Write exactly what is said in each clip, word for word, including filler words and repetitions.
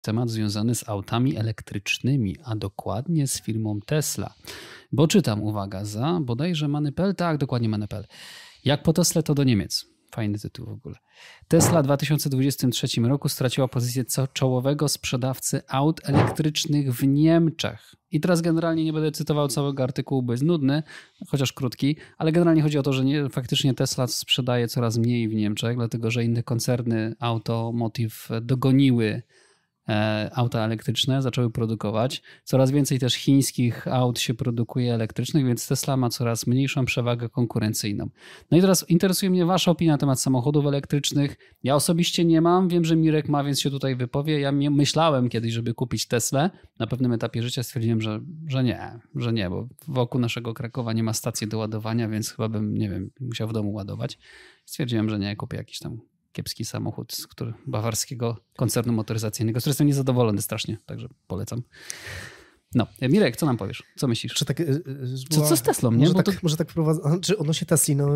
temat związany z autami elektrycznymi, a dokładnie z firmą Tesla. Bo czytam, uwaga, za bodajże Money.pl, tak, dokładnie Money.pl. Jak po Tesla, to do Niemiec. Fajny tytuł w ogóle. Tesla w dwa tysiące dwudziestym trzecim roku straciła pozycję czołowego sprzedawcy aut elektrycznych w Niemczech. I teraz generalnie nie będę cytował całego artykułu, bo jest nudny, chociaż krótki, ale generalnie chodzi o to, że nie, faktycznie Tesla sprzedaje coraz mniej w Niemczech, dlatego że inne koncerny automotive dogoniły auta elektryczne, zaczęły produkować. Coraz więcej też chińskich aut się produkuje elektrycznych, więc Tesla ma coraz mniejszą przewagę konkurencyjną. No i teraz interesuje mnie wasza opinia na temat samochodów elektrycznych. Ja osobiście nie mam, wiem, że Mirek ma, więc się tutaj wypowie. Ja myślałem kiedyś, żeby kupić Teslę. Na pewnym etapie życia stwierdziłem, że, że nie, że nie, bo wokół naszego Krakowa nie ma stacji do ładowania, więc chyba bym, nie wiem, musiał w domu ładować. Stwierdziłem, że nie, kupię jakiś tam kiepski samochód z który, bawarskiego koncernu motoryzacyjnego, z którego jestem niezadowolony strasznie, także polecam. No, Mirek, co nam powiesz? Co myślisz? Czy tak, co, co z Teslą, nie? Może, Bo tak, to... może tak wprowadzę, czy odnośnie Tesli, no...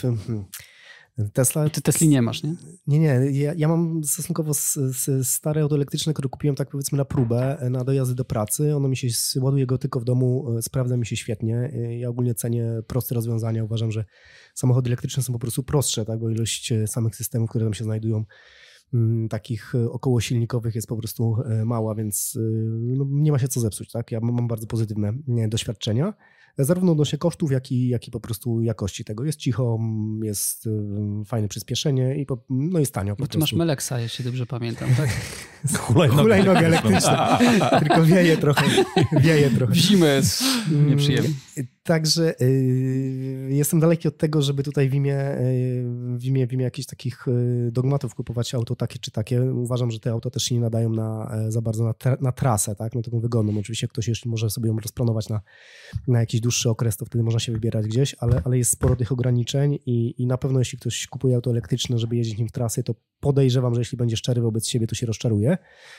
Tesla... Ty Tesli nie masz, nie? Nie, nie. Ja, ja mam stosunkowo s, s, stare auto elektryczne, które kupiłem tak powiedzmy na próbę, na dojazdy do pracy. Ono mi się, ładuje go tylko w domu, sprawdza mi się świetnie. Ja ogólnie cenię proste rozwiązania. Uważam, że samochody elektryczne są po prostu prostsze, tak? Bo ilość samych systemów, które tam się znajdują, takich okołosilnikowych jest po prostu mała, więc no, nie ma się co zepsuć. Tak? Ja mam bardzo pozytywne doświadczenia. Zarówno odnośnie kosztów, jak i, jak i po prostu jakości tego. Jest cicho, jest fajne przyspieszenie i po, no jest tanio. Bo ty masz Meleksa, jeśli dobrze pamiętam, tak? Hulajnogę elektryczną. Tylko wieje trochę. Wieje trochę. W zimę jest nieprzyjemnie. Także y, jestem daleki od tego, żeby tutaj w imię, y, w, imię, w imię jakichś takich dogmatów kupować auto takie czy takie. Uważam, że te auta też się nie nadają na, za bardzo na, tra- na trasę, tak? No taką wygodną. Oczywiście ktoś jeśli może sobie ją rozplanować na, na jakiś dłuższy okres, to wtedy można się wybierać gdzieś, ale, ale jest sporo tych ograniczeń i, i na pewno jeśli ktoś kupuje auto elektryczne, żeby jeździć nim w trasy, to podejrzewam, że jeśli będzie szczery wobec siebie, to się rozczaruje.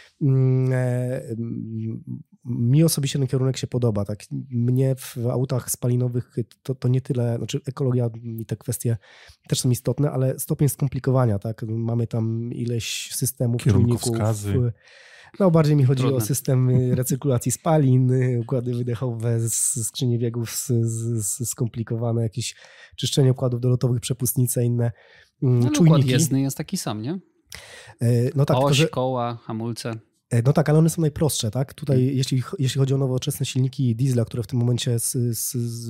Mi osobiście ten kierunek się podoba. Tak? Mnie w autach spalinowych to, to nie tyle, znaczy ekologia i te kwestie też są istotne, ale stopień skomplikowania. Tak? Mamy tam ileś systemów, czynników. No bardziej mi chodzi Trudne. o system recyrkulacji spalin, układy wydechowe, skrzynie biegów skomplikowane, jakieś czyszczenie układów dolotowych, przepustnice, inne no, czujniki. Układ jezdny jest taki sam, nie? No tak, Oś, to, że... koła, hamulce. No tak, ale one są najprostsze, tak? Tutaj hmm. jeśli, jeśli chodzi o nowoczesne silniki diesla, które w tym momencie z, z, z,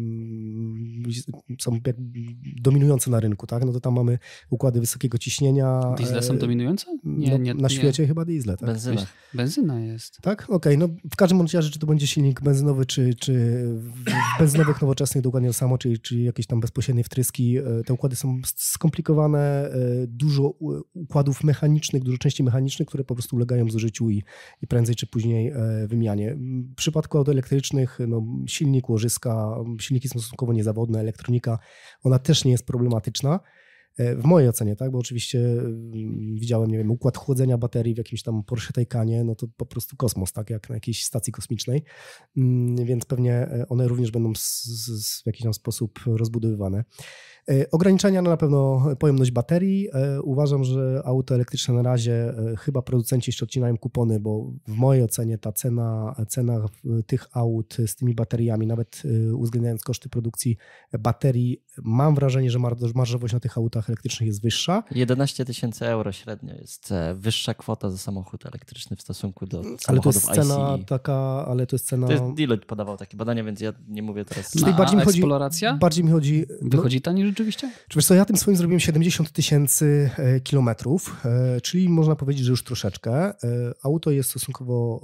są dominujące na rynku, tak? No to tam mamy układy wysokiego ciśnienia. Diesle są dominujące? Nie, no, nie, na świecie nie. chyba diesle, tak? Benzyna. Benzyna jest. Tak? Okej, okay. No w każdym razie, czy to będzie silnik benzynowy, czy, czy w benzynowych nowoczesnych dokładnie to samo, czy, czy jakieś tam bezpośrednie wtryski. Te układy są skomplikowane, dużo układów mechanicznych, dużo części mechanicznych, które po prostu ulegają zużyciu i, i prędzej czy później wymianie. W przypadku aut elektrycznych no, silnik, łożyska, silniki są stosunkowo niezawodne, elektronika, ona też nie jest problematyczna. W mojej ocenie, tak, bo oczywiście widziałem, nie wiem, układ chłodzenia baterii w jakimś tam Porsche Taycanie, no to po prostu kosmos, tak, jak na jakiejś stacji kosmicznej, więc pewnie one również będą z, z, w jakiś tam sposób rozbudowywane. Ograniczenia no na pewno pojemność baterii. Uważam, że auto elektryczne na razie chyba producenci jeszcze odcinają kupony, bo w mojej ocenie ta cena, cena tych aut z tymi bateriami, nawet uwzględniając koszty produkcji baterii, mam wrażenie, że marżowość na tych autach elektrycznych jest wyższa. jedenaście tysięcy euro średnio jest wyższa kwota za samochód elektryczny w stosunku do samochodów ale to jest cena I C E. taka, ale to jest cena... To jest Deloitte podawał takie badania, więc ja nie mówię teraz... No, bardziej mi chodzi, eksploracja? Bardziej mi chodzi... Wychodzi taniej rzeczywiście? Czy wiesz co, ja tym swoim zrobiłem siedemdziesiąt tysięcy kilometrów, czyli można powiedzieć, że już troszeczkę. Auto jest stosunkowo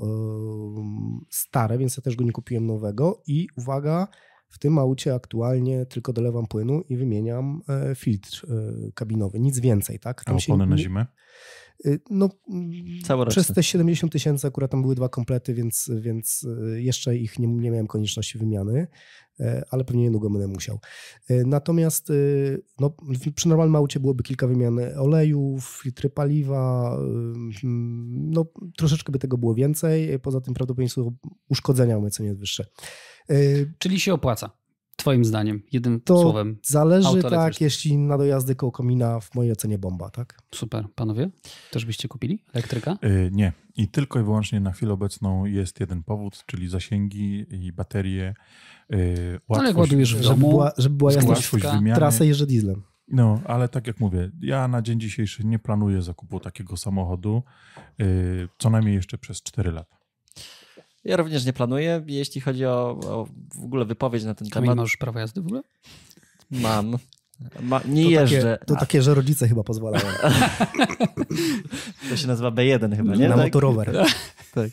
stare, więc ja też go nie kupiłem nowego i uwaga, w tym aucie aktualnie tylko dolewam płynu i wymieniam filtr kabinowy, nic więcej. Tak? A opony na zimę? No, Całoroczny. Przez te siedemdziesiąt tysięcy akurat tam były dwa komplety, więc, więc jeszcze ich nie, nie miałem konieczności wymiany, ale pewnie niedługo będę musiał. Natomiast no, przy normalnym aucie byłoby kilka wymian olejów, filtry paliwa, no troszeczkę by tego było więcej, poza tym prawdopodobieństwo uszkodzenia mamy co nie jest wyższe. Czyli się opłaca. twoim zdaniem, jednym To słowem. zależy, auto tak, elektryczne. jeśli na dojazdy koło komina w mojej ocenie bomba, tak? Super. Panowie, też byście kupili elektryka? Y, Nie. I tylko i wyłącznie na chwilę obecną jest jeden powód, czyli zasięgi i baterie. y, Ale jak łatwość- ładujesz w Żeby domu, była, żeby była jasność, łatwość Składka. wymiany. trasę jeżdżę dieslem. No, ale tak jak mówię, ja na dzień dzisiejszy nie planuję zakupu takiego samochodu, y, co najmniej jeszcze przez cztery lata. Ja również nie planuję. Jeśli chodzi o, o w ogóle wypowiedź na ten Kamil, temat, masz prawo jazdy w ogóle? mam. Ma, nie To jeżdżę. takie, to takie, że rodzice chyba pozwalają. To się nazywa B jeden chyba, nie? Na Tak? motorower. Tak.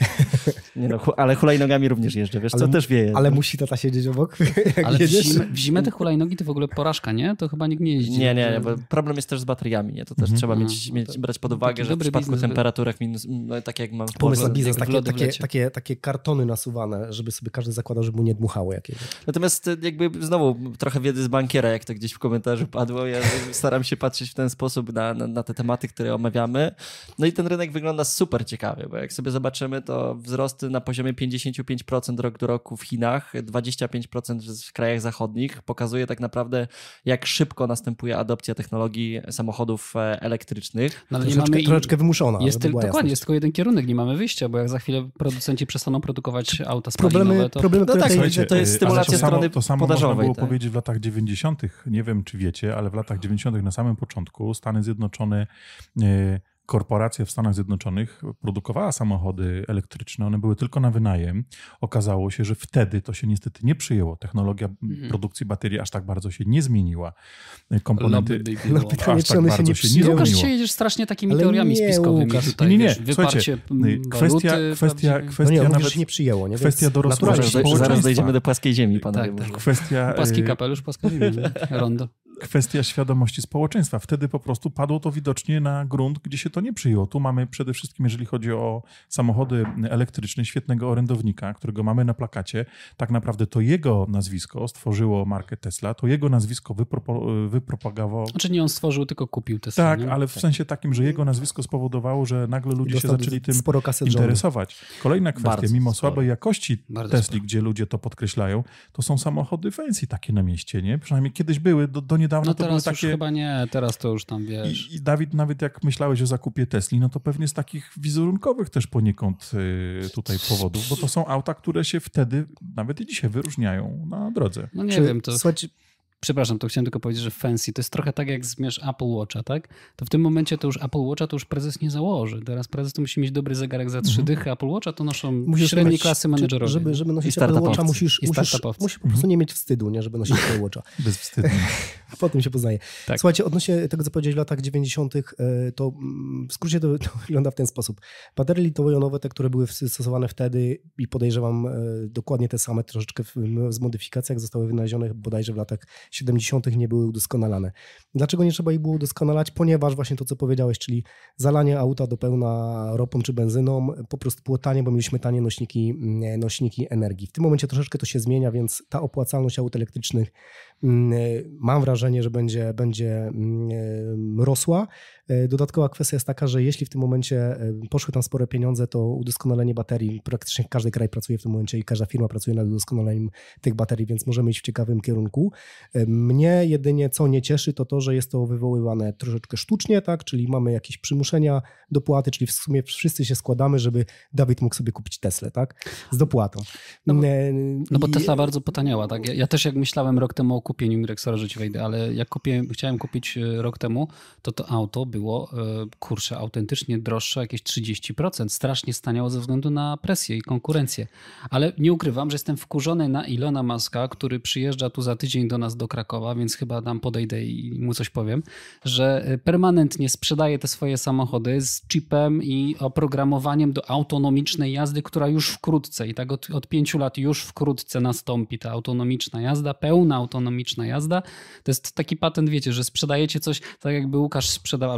Nie no, hu- ale hulajnogami również jeżdżę, wiesz, Ale- co też wieje. Ale musi tata siedzieć obok, jak Ale w jedziesz? zimę, w zimę te hulajnogi to w ogóle porażka, nie? To chyba nikt nie jeździ. Nie, nie, że- nie, bo problem jest też z bateriami, nie? To też Mhm. trzeba A, mieć, no mieć, to- brać pod no uwagę, taki że w dobry przypadku biznes by- temperaturach minus, no, tak jak mam w Pomysł na Polsce, biznes, jak w takie, lody takie, wlecie. takie, takie kartony nasuwane, żeby sobie każdy zakładał, żeby mu nie dmuchało jakiegoś. Natomiast y, jakby znowu trochę wiedzy z bankiera, jak to gdzieś w komentarzu padło. Ja staram się patrzeć w ten sposób na, na, na te tematy, które omawiamy. No i ten rynek wygląda super ciekawie, bo jak sobie zobaczymy, to wzrosty na poziomie pięćdziesiąt pięć procent rok do roku w Chinach, dwadzieścia pięć procent w krajach zachodnich. Pokazuje tak naprawdę, jak szybko następuje adopcja technologii samochodów e, elektrycznych. No, ale nie Troszeczkę, mamy troszeczkę wymuszona, Jest żeby tylko, była dokładnie, jasność. jest tylko jeden kierunek, nie mamy wyjścia, bo jak za chwilę producenci przestaną produkować auta spalinowe, Problemy, to... problemy, No które tak, tutaj- słuchajcie, to jest y, stymulacja ale to samo, strony To samo można podażowej, było tak. powiedzieć w latach dziewięćdziesiątych. Nie wiem, czy wiecie, ale w latach dziewięćdziesiątych na samym początku Stany Zjednoczone, y, korporacja w Stanach Zjednoczonych produkowała samochody elektryczne. One były tylko na wynajem. Okazało się, że wtedy to się niestety nie przyjęło. Technologia Mhm. produkcji baterii aż tak bardzo się nie zmieniła. Komponenty Lobby by No było. pytanie, aż czy tak one się bardzo nie się nie przyjęły. Łukasz, zmieniło. dzisiaj jedziesz strasznie takimi Ale teoriami nie, spiskowymi Łukasz. tutaj, Nie, nie, wiesz, wyparcie słuchajcie, m, kwestia, waluty kwestia, prawdziwej. No kwestia nie, mówię, nawet... że się nie przyjęło. Nie? kwestia Więc dorosłości naturalnie Zaraz, się społeczeństwa. zaraz dojdziemy do płaskiej ziemi, panowie. Tak, tak. może. Kwestia, Płaski y, kapelusz, płaska ziemia, nie? Rondo. kwestia świadomości społeczeństwa. Wtedy po prostu padło to widocznie na grunt, gdzie się to nie przyjęło. Tu mamy przede wszystkim, jeżeli chodzi o samochody elektryczne, świetnego orędownika, którego mamy na plakacie. Tak naprawdę to jego nazwisko stworzyło markę Tesla, to jego nazwisko wypropo- wypropagowało. Znaczy nie on stworzył, tylko kupił Tesla. Tak, nie? ale w sensie takim, że jego nazwisko spowodowało, że nagle ludzie się dostał zaczęli tym sporo kasy od rządu. interesować. Kolejna kwestia, Bardzo mimo sporo. słabej jakości Bardzo Tesli, sporo. gdzie ludzie to podkreślają, to są samochody fancy takie na mieście, nie? Przynajmniej kiedyś były, do, do niedawna No to były teraz już takie... chyba nie, teraz to już tam wiesz. I, I Dawid, nawet jak myślałeś o zakupie Tesli, no to pewnie z takich wizerunkowych też poniekąd y, tutaj powodów, bo to są auta, które się wtedy, nawet i dzisiaj, wyróżniają na drodze. No nie Czy- wiem, to... Słuchajcie, Przepraszam, to chciałem tylko powiedzieć, że fancy to jest trochę tak jak zmierz Apple Watcha, tak? To w tym momencie to już Apple Watcha to już prezes nie założy. Teraz prezes to musi mieć dobry zegarek za trzy Mhm. dychy. Apple Watcha to noszą musisz średniej mieć- klasy czy- menedżerowie. Żeby, żeby I nosić Apple Watcha, startupowcy. musisz, I musisz, startupowcy. musisz po prostu nie mieć wstydu, nie, żeby nosić Apple Watcha. Bezwstydnie. Po tym się poznaje. Tak. Słuchajcie, odnośnie tego, co powiedziałeś w latach dziewięćdziesiątych, e, to mm, w skrócie to, to wygląda w ten sposób. Baterie litowo-jonowe, te, które były stosowane wtedy i podejrzewam e, dokładnie te same, troszeczkę w, w modyfikacjach zostały wynalezione bodajże w latach siedemdziesiątych, nie były udoskonalane. Dlaczego nie trzeba ich było udoskonalać? Ponieważ właśnie to, co powiedziałeś, czyli zalanie auta do pełna ropą czy benzyną, po prostu było tanie, bo mieliśmy tanie nośniki, mm, nośniki energii. W tym momencie troszeczkę to się zmienia, więc ta opłacalność aut elektrycznych mm, mam wrażenie, że będzie, będzie mm, rosła. Dodatkowa kwestia jest taka, że jeśli w tym momencie poszły tam spore pieniądze, to udoskonalenie baterii, praktycznie każdy kraj pracuje w tym momencie i każda firma pracuje nad udoskonaleniem tych baterii, więc możemy iść w ciekawym kierunku. Mnie jedynie co nie cieszy, to to, że jest to wywoływane troszeczkę sztucznie, tak, czyli mamy jakieś przymuszenia dopłaty, czyli w sumie wszyscy się składamy, żeby Dawid mógł sobie kupić Teslę, tak, z dopłatą. No bo- E, No bo i- Tesla bardzo potaniała, tak? Ja, ja też jak myślałem rok temu o kupieniu Mirek, sorry, że ci wejdę, ale jak kupiłem, chciałem kupić e, rok temu, to to auto było, e, kurczę, autentycznie droższe, jakieś trzydzieści procent. Strasznie staniało ze względu na presję i konkurencję. Ale nie ukrywam, że jestem wkurzony na Ilona Muska, który przyjeżdża tu za tydzień do nas do Krakowa, więc chyba tam podejdę i mu coś powiem, że e, permanentnie sprzedaje te swoje samochody z chipem i oprogramowaniem do autonomicznej jazdy, która już wkrótce i tak od, od pięciu lat już wkrótce nastąpi ta autonomiczna jazda, pełna autonomiczna jazda. To jest taki patent, wiecie, że sprzedajecie coś, tak jakby Łukasz sprzedał, albo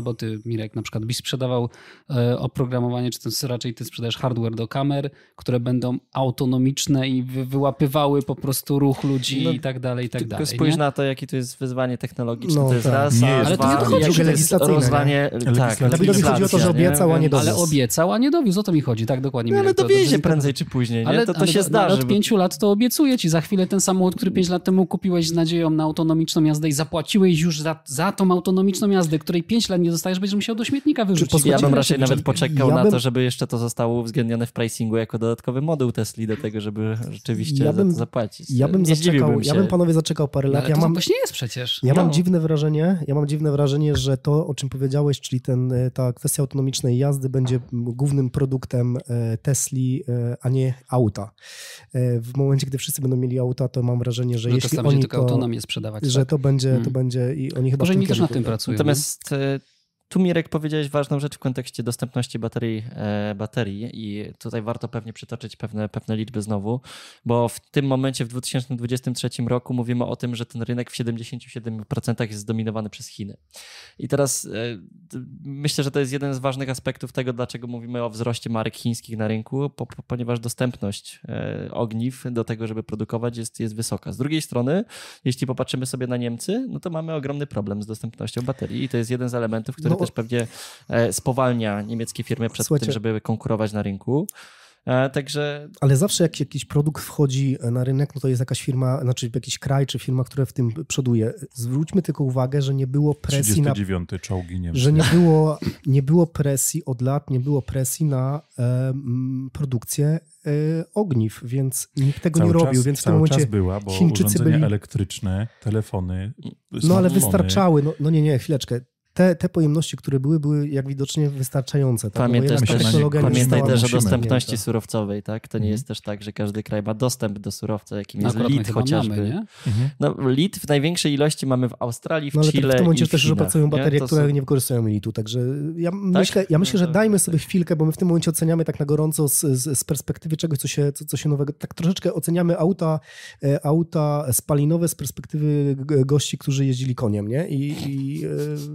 albo ty, Mirek, na przykład byś sprzedawał e, oprogramowanie, czy to raczej ty sprzedajesz hardware do kamer, które będą autonomiczne i wy, wyłapywały po prostu ruch ludzi No, i tak dalej, i tak Tylko dalej. spójrz nie? na to, jakie to jest wyzwanie technologiczne. No to jest tak. raz, Nie a jest Ale to nie dwa, chodzi, jakie że to to jest legislacyjne, rozwanie... Tak, Legislacyjne. Dawidowi chodzi o to, że legislacja, obiecał, a nie Więc- Ale dowiózł. obiecał, a nie dowiózł, o to mi chodzi, tak dokładnie. No, ale Mirek, to- dowiezie to- prędzej czy później, nie? Ale, to to ale się do- zdarzy. Od bo- pięciu lat to obiecuję ci. Za chwilę ten samochód, który pięć lat temu kupiłeś z nadzieją na autonomiczną jazdę i zapłaciłeś już za, za tą autonomiczną jazdę, której pięć lat nie dostajesz, będziesz musiał do śmietnika wyrzucić. posłuchajcie, Ja bym Czyli- raczej czyli- nawet poczekał ja na bym- to, żeby jeszcze to zostało uwzględnione w pricingu jako dodatkowy moduł Tesli do tego, żeby rzeczywiście Ja bym- za to zapłacić. Ja bym Nie zaczekał, zdziwiłbym się. ja bym panowie zaczekał parę No, lat. ale Ja to mam, właśnie jest przecież. Ja mam No. dziwne wrażenie, ja mam dziwne wrażenie, że to, o czym powiedziałeś, czyli ten, ta kwestia autonomicznej jazdy będzie głównym produktem e, Tesli, e, a nie auta. E, W momencie, gdy wszyscy będą mieli auta, to mam wrażenie, że No jeśli Tesla będzie oni tylko to, autonomię sprzedawać. że tak? to będzie, to Hmm. będzie i oni chyba Może w tym inni też nad kierunku tym idą. pracują. Natomiast e, tu, Mirek, powiedziałeś ważną rzecz w kontekście dostępności baterii, e, baterii i tutaj warto pewnie przytoczyć pewne, pewne liczby znowu, bo w tym momencie w dwa tysiące dwudziestym trzecim roku mówimy o tym, że ten rynek w siedemdziesiąt siedem procent jest zdominowany przez Chiny. I teraz e, d- myślę, że to jest jeden z ważnych aspektów tego, dlaczego mówimy o wzroście marek chińskich na rynku, po, po, ponieważ dostępność e, ogniw do tego, żeby produkować jest, jest wysoka. Z drugiej strony, jeśli popatrzymy sobie na Niemcy, no to mamy ogromny problem z dostępnością baterii i to jest jeden z elementów, który No, też pewnie e, spowalnia niemieckie firmy przed Słuchajcie. tym, żeby konkurować na rynku. E, Także Ale zawsze jak jakiś produkt wchodzi na rynek, no to jest jakaś firma, znaczy jakiś kraj czy firma, która w tym przoduje. Zwróćmy tylko uwagę, że nie było presji na trzydziesty dziewiąty czołgi Niemcy. że nie było, nie było presji od lat, nie było presji na e, m, produkcję e, ogniw, więc nikt tego Cały nie czas, robił, więc w tym cały momencie czas była, bo Chińczycy urządzenia byli- elektryczne, telefony, no ale smartfony, wystarczały, no, no nie, nie, chwileczkę. Te, te pojemności, które były, były jak widocznie wystarczające. Tak? pamiętaj, No bo też, jednak się na nie- technologia nie pamiętaj została też o musimy. dostępności rozwinięta. surowcowej, tak? To nie Mhm. jest też tak, że każdy kraj ma dostęp do surowca, jakim No jest akurat my lit chyba chociażby. mamy, nie? Mhm. No, lit w największej ilości mamy w Australii, w No ale Chile w tym momencie i w też, że Chinach, pracują nie? baterie, To które są- nie wykorzystują litu, także ja myślę, ja myślę, No że to- dajmy sobie chwilkę, bo my w tym momencie oceniamy tak na gorąco z, z, z perspektywy czegoś, co się, co, co się nowego, tak troszeczkę oceniamy auta, e, auta spalinowe z perspektywy g- gości, którzy jeździli koniem, nie? I, i e,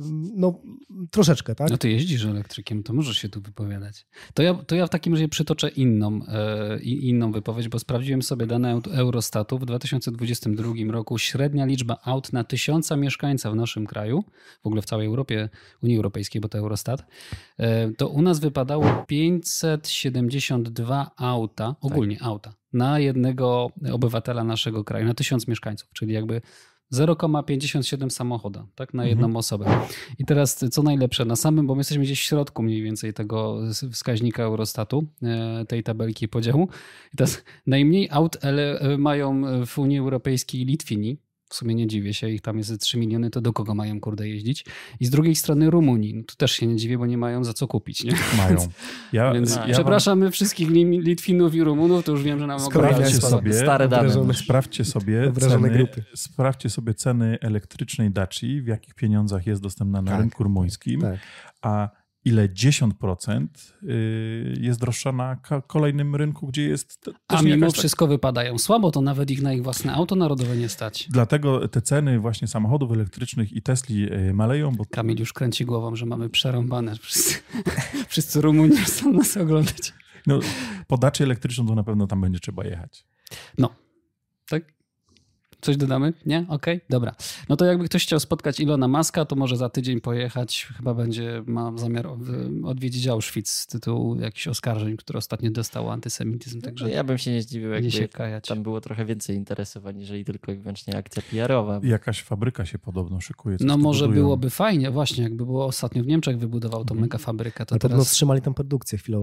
no troszeczkę, tak? No ty jeździsz elektrykiem, to możesz się tu wypowiadać. To ja, to ja w takim razie przytoczę inną, e, i- inną wypowiedź, bo sprawdziłem sobie dane Eut- Eurostatu. W dwa tysiące dwudziestym drugim roku średnia liczba aut na tysiąca mieszkańca w naszym kraju, w ogóle w całej Europie, Unii Europejskiej, bo to Eurostat, e, to u nas wypadało pięćset siedemdziesiąt dwa auta, ogólnie auta, na jednego obywatela naszego kraju, na tysiąc mieszkańców, czyli jakby zero przecinek pięćdziesiąt siedem samochoda, tak, na jedną osobę. I teraz co najlepsze, na samym, bo my jesteśmy gdzieś w środku mniej więcej tego wskaźnika Eurostatu, e, tej tabelki podziału. I teraz najmniej aut ele, e, mają w Unii Europejskiej Litwini. W sumie nie dziwię się, ich tam jest ze trzy miliony, to do kogo mają kurde jeździć? I z drugiej strony Rumunii. No, tu też się nie dziwię, bo nie mają za co kupić, nie? Mają. Ja, Więc ja przepraszamy wszystkich Lim- Litwinów i Rumunów, to już wiem, że nam Skoro oglądają. ja Sprawdźcie jest sobie, stare dane. Wrażone. sprawdźcie sobie, Wrażone ceny, grupy. sprawdźcie sobie ceny elektrycznej Daci, w jakich pieniądzach jest dostępna na Tak. rynku rumuńskim, Tak. a ile dziesięć procent y, jest droższa na ka- kolejnym rynku, gdzie jest te- A też nie mimo jakaś tak- wszystko wypadają słabo, to nawet ich na ich własne auto narodowe nie stać. Dlatego te ceny właśnie samochodów elektrycznych i Tesli y, maleją, bo Kamil już kręci głową, że mamy przerąbane. Wszyscy, wszyscy Rumuni chcą nas oglądać. no, po Daci elektryczną to na pewno tam będzie trzeba jechać. Tak? Coś dodamy? Nie? Okej, dobra. No to jakby ktoś chciał spotkać Ilona Muska, to może za tydzień pojechać. Chyba będzie, ma zamiar odwiedzić Auschwitz z tytułu jakichś oskarżeń, które ostatnio dostał o antysemityzm. Także Ja bym się nie zdziwił, nie się jakby kajać. tam było trochę więcej interesów, aniżeli tylko i wyłącznie akcja P R owa. Jakaś fabryka się podobno szykuje. coś No tu może budują. byłoby fajnie, właśnie, jakby było ostatnio w Niemczech wybudował tą mega fabrykę, to Na pewno teraz... wstrzymali tam produkcję chwilowo.